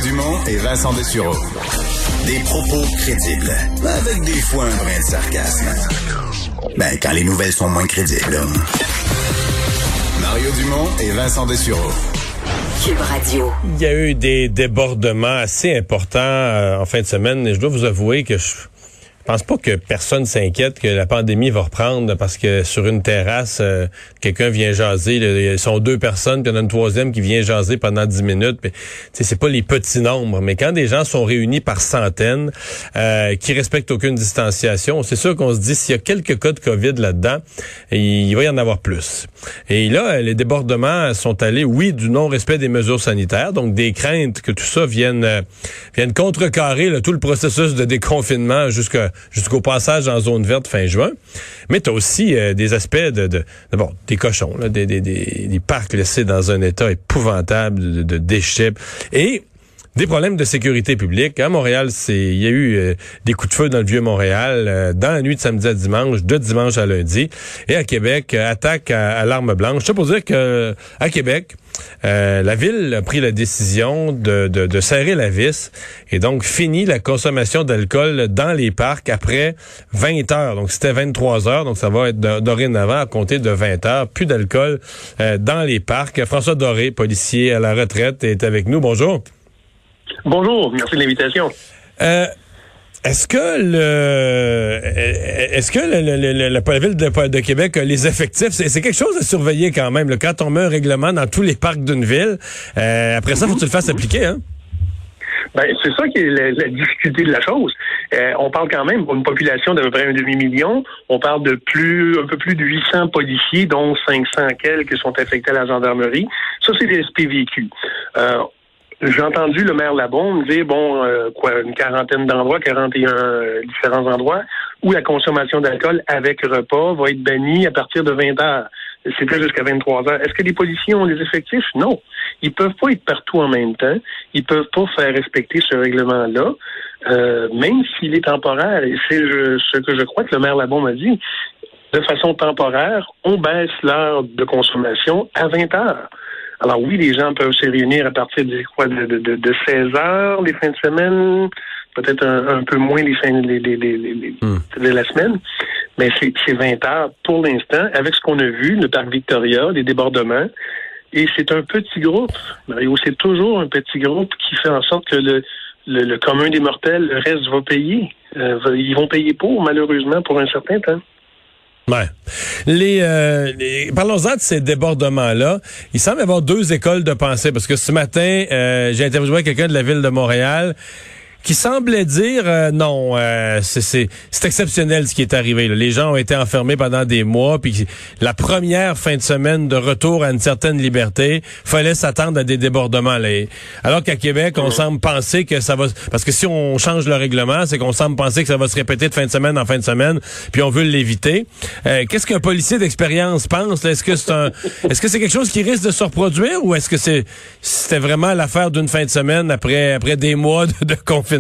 Dumont et Vincent Dessureau. Des propos crédibles, avec des fois un brin de sarcasme. Ben, quand les nouvelles sont moins crédibles. Mario Dumont et Vincent Dessureau. Cube Radio. Il y a eu des débordements assez importants en fin de semaine et je dois vous avouer que je pense pas que personne s'inquiète que la pandémie va reprendre parce que sur une terrasse, quelqu'un vient jaser. Ils sont deux personnes, puis il y en a une troisième qui vient jaser pendant 10 minutes. Puis, c'est pas les petits nombres, mais quand des gens sont réunis par centaines, qui respectent aucune distanciation, c'est sûr qu'on se dit s'il y a quelques cas de COVID là-dedans, il va y en avoir plus. Et là, les débordements sont allés, oui, du non-respect des mesures sanitaires, donc des craintes que tout ça vienne contrecarrer là, tout le processus de déconfinement jusqu'au passage en zone verte fin juin. Mais tu as aussi des aspects des cochons, là, des parcs laissés dans un état épouvantable de déchets et des problèmes de sécurité publique. À Montréal, il y a eu des coups de feu dans le Vieux-Montréal dans la nuit de samedi à dimanche, de dimanche à lundi. Et à Québec, attaque à l'arme blanche. C'est pour dire que à Québec, la ville a pris la décision de serrer la vis et donc fini la consommation d'alcool dans les parcs après 20 heures. Donc c'était 23 heures, donc ça va être dorénavant à compter de 20 heures. Plus d'alcool dans les parcs. François Doré, policier à la retraite, est avec nous. Bonjour. Bonjour, merci de l'invitation. Est-ce que la ville de Québec a les effectifs? C'est quelque chose à surveiller quand même. Là, quand on met un règlement dans tous les parcs d'une ville, après ça, faut que tu le fasses appliquer, hein? Ben, c'est ça qui est la difficulté de la chose. On parle quand même pour une population d'à peu près 1 demi-million. On parle de un peu plus de 800 policiers, dont 500 quelques sont affectés à la gendarmerie. Ça, c'est des SPVQ. J'ai entendu le maire Labombe dire, une quarantaine d'endroits, 41 différents endroits, où la consommation d'alcool avec repas va être bannie à partir de 20 heures. C'est plus jusqu'à 23 heures. Est-ce que les policiers ont les effectifs? Non. Ils peuvent pas être partout en même temps. Ils peuvent pas faire respecter ce règlement-là, même s'il est temporaire. Et c'est ce que je crois que le maire Labombe a dit. De façon temporaire, on baisse l'heure de consommation à 20 heures. Alors oui, les gens peuvent se réunir à partir de 16 heures les fins de semaine, peut-être un peu moins les fins de la semaine, mais c'est 20 heures pour l'instant, avec ce qu'on a vu, le parc Victoria, les débordements, et c'est un petit groupe, Mario, c'est toujours un petit groupe qui fait en sorte que le commun des mortels, le reste va payer. Ils vont payer malheureusement, pour un certain temps. Ouais. Parlons-en de ces débordements-là. Il semble y avoir deux écoles de pensée, parce que ce matin, j'ai interviewé quelqu'un de la ville de Montréal qui semblait dire non, c'est exceptionnel ce qui est arrivé. Là. Les gens ont été enfermés pendant des mois, puis la première fin de semaine de retour à une certaine liberté, fallait s'attendre à des débordements. Là. Alors qu'à Québec, on semble penser que ça va... Parce que si on change le règlement, c'est qu'on semble penser que ça va se répéter de fin de semaine en fin de semaine, puis on veut l'éviter. Qu'est-ce qu'un policier d'expérience pense? Là? Est-ce que c'est quelque chose qui risque de se reproduire, ou est-ce que c'était vraiment l'affaire d'une fin de semaine après des mois de confinement?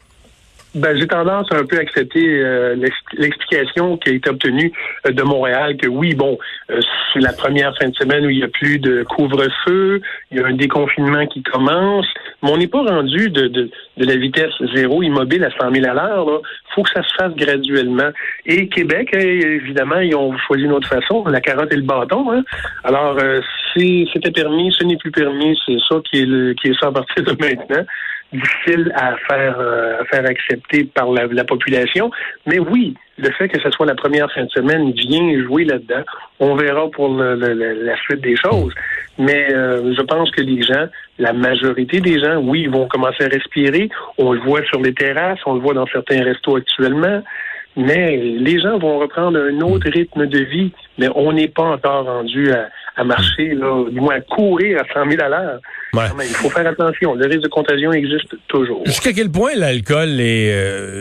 Ben, j'ai tendance à un peu accepter l'explication qui a été obtenue de Montréal, que oui, c'est la première fin de semaine où il n'y a plus de couvre-feu, il y a un déconfinement qui commence, mais on n'est pas rendu de la vitesse zéro immobile à 100 000 à l'heure. Il faut que ça se fasse graduellement. Et Québec, évidemment, ils ont choisi une autre façon, la carotte et le bâton. Hein? Alors, c'était permis, ce n'est plus permis, c'est ça qui est ça à partir de maintenant. Difficile à faire accepter par la population. Mais oui, le fait que ce soit la première fin de semaine vient jouer là-dedans. On verra pour la suite des choses. Mais je pense que les gens, la majorité des gens, oui, ils vont commencer à respirer. On le voit sur les terrasses, on le voit dans certains restos actuellement. Mais les gens vont reprendre un autre rythme de vie. Mais on n'est pas encore rendu à marcher, là, du moins à courir à 100 000 à l'heure. Ouais. Il faut faire attention. Le risque de contagion existe toujours. Jusqu'à quel point l'alcool est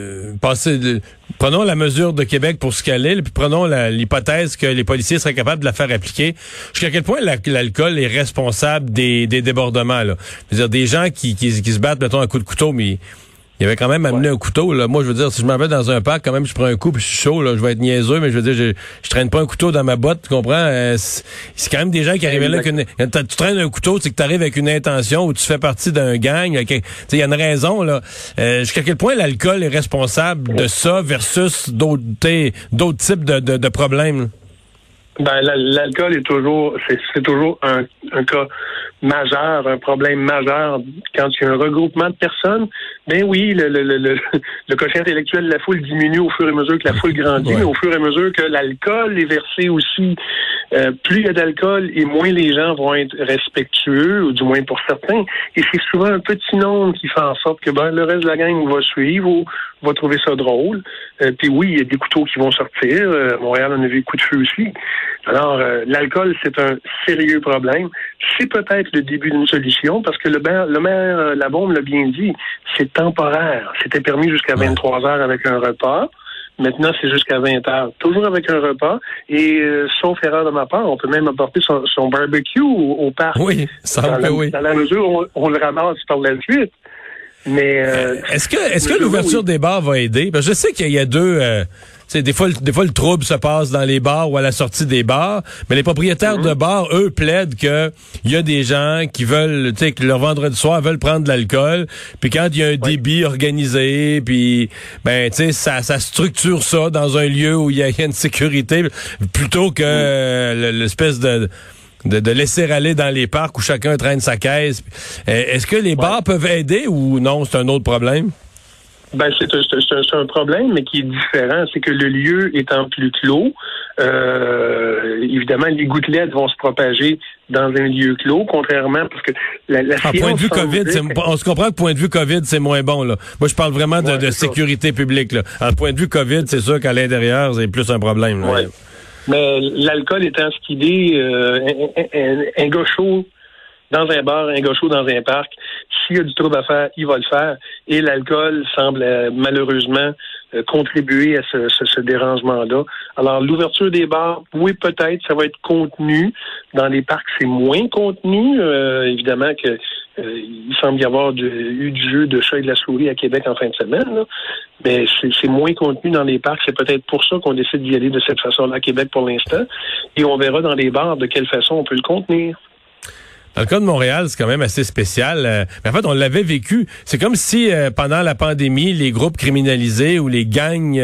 prenons la mesure de Québec pour ce qu'elle est, puis prenons l'hypothèse que les policiers seraient capables de la faire appliquer. Jusqu'à quel point l'alcool est responsable des débordements, là? Je veux dire, des gens qui se battent, mettons, à coups de couteau, mais il il avait quand même amené un couteau. Là. Moi, je veux dire, si je m'en vais dans un parc, quand même, je prends un coup puis je suis chaud, là, je vais être niaiseux, mais je veux dire, je traîne pas un couteau dans ma botte, tu comprends? C'est quand même des gens qui arrivaient là. Quand tu traînes un couteau, c'est que tu arrives avec une intention ou tu fais partie d'un gang. Il y a une raison. Là. Jusqu'à quel point l'alcool est responsable de ça versus d'autres types de problèmes? Là? Ben, l'alcool est toujours, c'est toujours un cas majeur, un problème majeur quand il y a un regroupement de personnes. Ben oui, le quotient intellectuel de la foule diminue au fur et à mesure que la foule grandit, mais au fur et à mesure que l'alcool est versé aussi. Plus il y a d'alcool et moins les gens vont être respectueux, ou du moins pour certains. Et c'est souvent un petit nombre qui fait en sorte que le reste de la gang va suivre ou va trouver ça drôle. Puis oui, il y a des couteaux qui vont sortir. À Montréal, on a vu des coups de feu aussi. Alors, l'alcool, c'est un sérieux problème. C'est peut-être le début d'une solution parce que le maire Labaume l'a bien dit, c'est temporaire. C'était permis jusqu'à 23 heures avec un repas. Maintenant, c'est jusqu'à 20 heures. Toujours avec un repas. Et sauf erreur de ma part, on peut même apporter son barbecue au parc. Oui, ça oui. Dans la mesure où on le ramasse par la suite. Mais est-ce que l'ouverture des bars va aider? Parce que je sais qu'il y a deux... des fois, le trouble se passe dans les bars ou à la sortie des bars, mais les propriétaires de bars, eux, plaident que il y a des gens qui veulent, que leur vendredi soir veulent prendre de l'alcool, puis quand il y a un débit organisé, puis ça structure ça dans un lieu où il y a une sécurité, plutôt que l'espèce de laisser aller dans les parcs où chacun traîne sa caisse. Est-ce que les bars peuvent aider ou non, c'est un autre problème? Ben, c'est un problème, mais qui est différent. C'est que le lieu étant plus clos, évidemment, les gouttelettes vont se propager dans un lieu clos, contrairement, parce que la point de vue COVID, on se comprend que point de vue COVID, c'est moins bon, là. Moi, je parle vraiment de sécurité publique, là. Alors, point de vue COVID, c'est sûr qu'à l'intérieur, c'est plus un problème, là. Ouais. Mais l'alcool étant ce qu'il est, un gars chaud dans un bar, un gars chaud dans un parc, s'il y a du trouble à faire, il va le faire. Et l'alcool semble malheureusement contribuer à ce dérangement-là. Alors, l'ouverture des bars, oui, peut-être, ça va être contenu. Dans les parcs, c'est moins contenu. Évidemment que il semble y avoir eu du jeu de chat et de la souris à Québec en fin de semaine, là. Mais c'est moins contenu dans les parcs. C'est peut-être pour ça qu'on décide d'y aller de cette façon-là à Québec pour l'instant. Et on verra dans les bars de quelle façon on peut le contenir. Dans le cas de Montréal, c'est quand même assez spécial. Mais en fait, on l'avait vécu. C'est comme si, pendant la pandémie, les groupes criminalisés ou les gangs...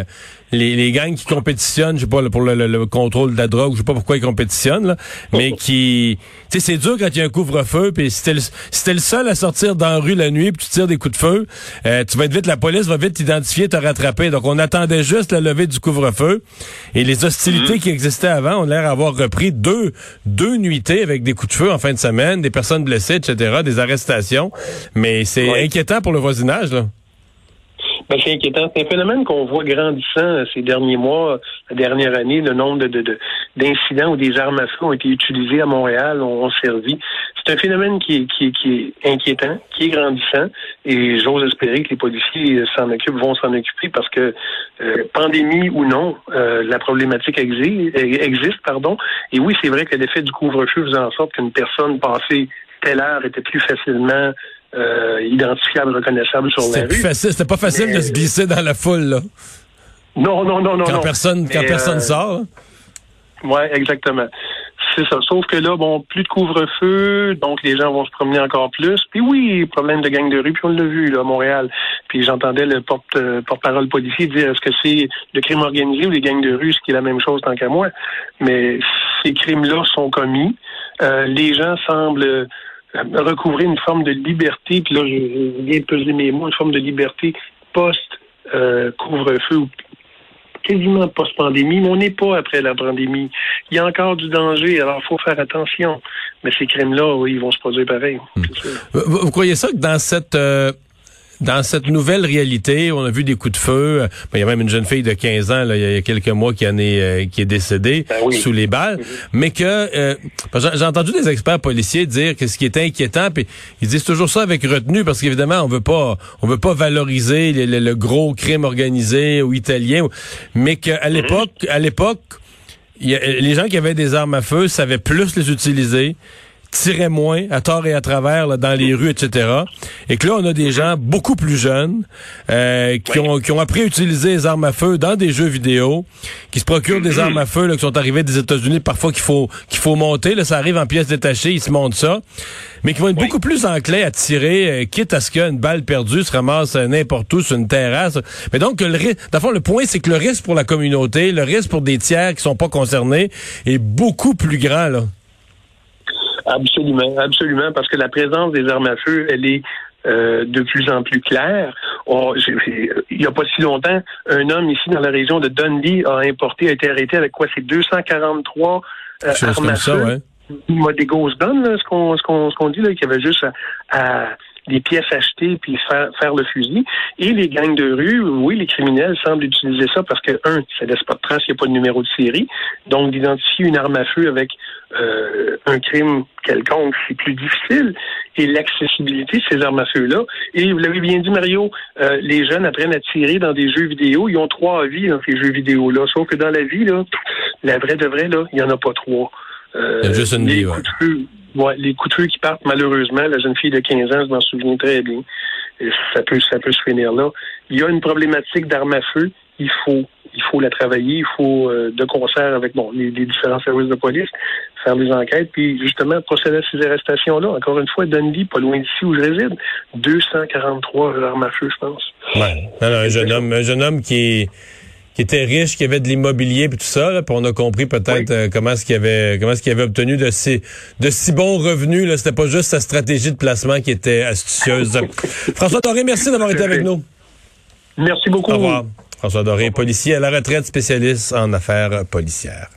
les gangs qui compétitionnent, je sais pas, pour le contrôle de la drogue, je sais pas pourquoi ils compétitionnent, là, mais qui... Tu sais, c'est dur quand il y a un couvre-feu, puis si t'es le seul à sortir dans la rue la nuit, puis tu tires des coups de feu, tu vas être vite, la police va vite t'identifier, te rattraper. Donc, on attendait juste la levée du couvre-feu. Et les hostilités qui existaient avant ont l'air d'avoir repris deux nuitées avec des coups de feu en fin de semaine, des personnes blessées, etc., des arrestations. Mais c'est inquiétant pour le voisinage, là. Ben, c'est inquiétant. C'est un phénomène qu'on voit grandissant ces derniers mois, la dernière année. Le nombre d'incidents où des armes à feu ont été utilisées à Montréal, ont servi. C'est un phénomène qui est inquiétant, qui est grandissant. Et j'ose espérer que les policiers vont s'en occuper parce que, pandémie ou non, la problématique existe. Et oui, c'est vrai que l'effet du couvre-feu faisait en sorte qu'une personne passée telle heure était plus facilement identifiable, reconnaissable sur la rue. C'était pas facile de se glisser dans la foule, là. Non. Quand personne sort. Oui, exactement. C'est ça. Sauf que là, plus de couvre-feu, donc les gens vont se promener encore plus. Puis oui, problème de gang de rue, puis on l'a vu là, à Montréal. Puis j'entendais le porte-parole policier dire est-ce que c'est le crime organisé ou les gangs de rue, ce qui est la même chose tant qu'à moi. Mais ces crimes-là sont commis. Les gens semblent recouvrer une forme de liberté, puis là, je viens de peser mes mots, une forme de liberté post-couvre-feu ou quasiment post-pandémie, mais on n'est pas après la pandémie. Il y a encore du danger, alors il faut faire attention. Mais ces crimes-là, oui, ils vont se produire pareil. Vous croyez ça que dans cette nouvelle réalité, on a vu des coups de feu. Il y a même une jeune fille de 15 ans, là, il y a quelques mois, qui est décédée sous les balles. Mais que j'ai entendu des experts policiers dire que ce qui est inquiétant, puis ils disent toujours ça avec retenue, parce qu'évidemment, on veut pas valoriser le gros crime organisé ou italien, mais qu'à l'époque, les gens qui avaient des armes à feu savaient plus les utiliser, tiraient moins à tort et à travers là, dans les rues, etc. Et que là, on a des gens beaucoup plus jeunes qui ont appris à utiliser les armes à feu dans des jeux vidéo, qui se procurent des armes à feu là, qui sont arrivées des États-Unis, parfois qu'il faut monter. Là, ça arrive en pièces détachées, ils se montent ça. Mais qui vont être beaucoup plus enclins à tirer, quitte à ce qu'une balle perdue se ramasse n'importe où sur une terrasse. Mais donc, dans le fond, le point, c'est que le risque pour la communauté, le risque pour des tiers qui sont pas concernés est beaucoup plus grand, là. Absolument, absolument, parce que la présence des armes à feu, elle est de plus en plus claire. Il n'y a pas si longtemps, un homme ici dans la région de Dundee a été arrêté avec quoi? C'est 243 armes à feu. Ouais. Il m'a des ghost guns, là, ce qu'on dit, là, qu'il y avait juste à des pièces achetées puis faire le fusil. Et les gangs de rue, oui, les criminels semblent utiliser ça parce que, ça laisse pas de trace, il n'y a pas de numéro de série. Donc, d'identifier une arme à feu avec un crime quelconque, c'est plus difficile. Et l'accessibilité de ces armes à feu-là. Et vous l'avez bien dit, Mario, les jeunes apprennent à tirer dans des jeux vidéo. Ils ont 3 vies dans ces jeux vidéo-là. Sauf que dans la vie, là, la vraie de vraie, là, il n'y en a pas 3. Il y a juste une vie, les coups de feu qui partent, malheureusement, la jeune fille de 15 ans, je m'en souviens très bien. Et ça peut se finir là. Il y a une problématique d'armes à feu. Il faut la travailler. Il faut, de concert avec les différents services de police, faire des enquêtes, puis justement procéder à ces arrestations-là. Encore une fois, Dundee, pas loin d'ici où je réside, 243 armes à feu, je pense. Ouais. Alors, un jeune homme qui était riche, qui avait de l'immobilier puis tout ça, là, puis on a compris peut-être comment est-ce qu'il avait obtenu de si bons revenus. Là, c'était pas juste sa stratégie de placement qui était astucieuse. François Doré, merci d'avoir été avec nous. Merci beaucoup. Au revoir. François Doré, policier à la retraite, spécialiste en affaires policières.